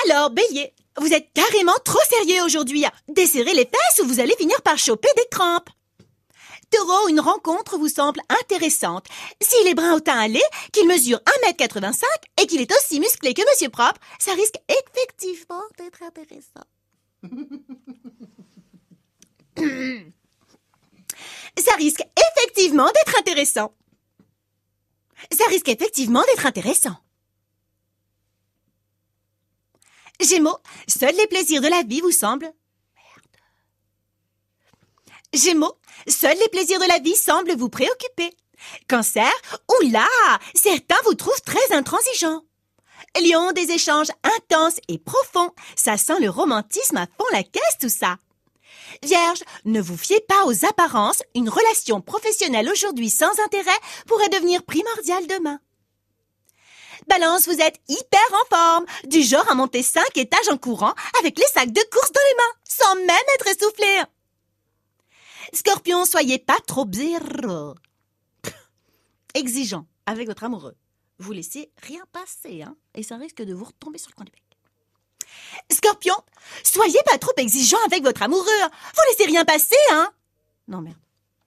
Alors, Bélier, vous êtes carrément trop sérieux aujourd'hui. Desserrez les fesses ou vous allez finir par choper des crampes. Taureau, une rencontre vous semble intéressante. S'il est brun au teint à lait, qu'il mesure 1,85 m et qu'il est aussi musclé que Monsieur Propre, ça risque effectivement d'être intéressant. Ça risque effectivement d'être intéressant. Ça risque effectivement d'être intéressant. Gémeaux, seuls les plaisirs de la vie vous semblent... Gémeaux, seuls les plaisirs de la vie semblent vous préoccuper. Cancer, oula, certains vous trouvent très intransigeant. Lion, des échanges intenses et profonds, ça sent le romantisme à fond la caisse tout ça. Vierge, ne vous fiez pas aux apparences, une relation professionnelle aujourd'hui sans intérêt pourrait devenir primordiale demain. Balance, vous êtes hyper en forme, du genre à monter 5 étages en courant avec les sacs de course dans les mains, sans même être essoufflé. Scorpion, soyez pas trop exigeant avec votre amoureux. Vous laissez rien passer, et ça risque de vous retomber sur le coin du bec. Scorpion, soyez pas trop exigeant avec votre amoureux. Vous laissez rien passer, Non, merde.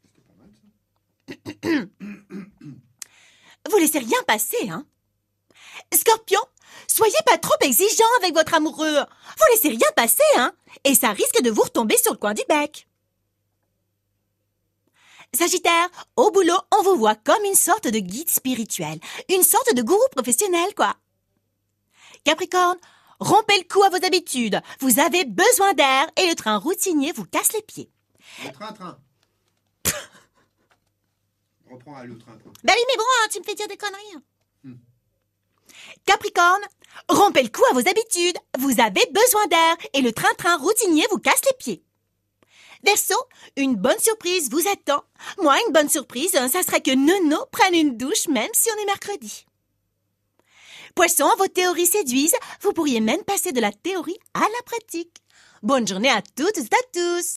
Vous laissez rien passer, Scorpion, soyez pas trop exigeant avec votre amoureux. Vous laissez rien passer, et ça risque de vous retomber sur le coin du bec. Sagittaire, au boulot, on vous voit comme une sorte de guide spirituel, une sorte de gourou professionnel, quoi. Capricorne, rompez le cou à vos habitudes. Vous avez besoin d'air et le train routinier vous casse les pieds. Le train. Reprends le train. Ben oui, mais bon, tu me fais dire des conneries. Capricorne, rompez le cou à vos habitudes. Vous avez besoin d'air et le train routinier vous casse les pieds. Verseau, une bonne surprise vous attend. Moi, une bonne surprise, ça serait que Nono prenne une douche même si on est mercredi. Poisson, vos théories séduisent. Vous pourriez même passer de la théorie à la pratique. Bonne journée à toutes et à tous.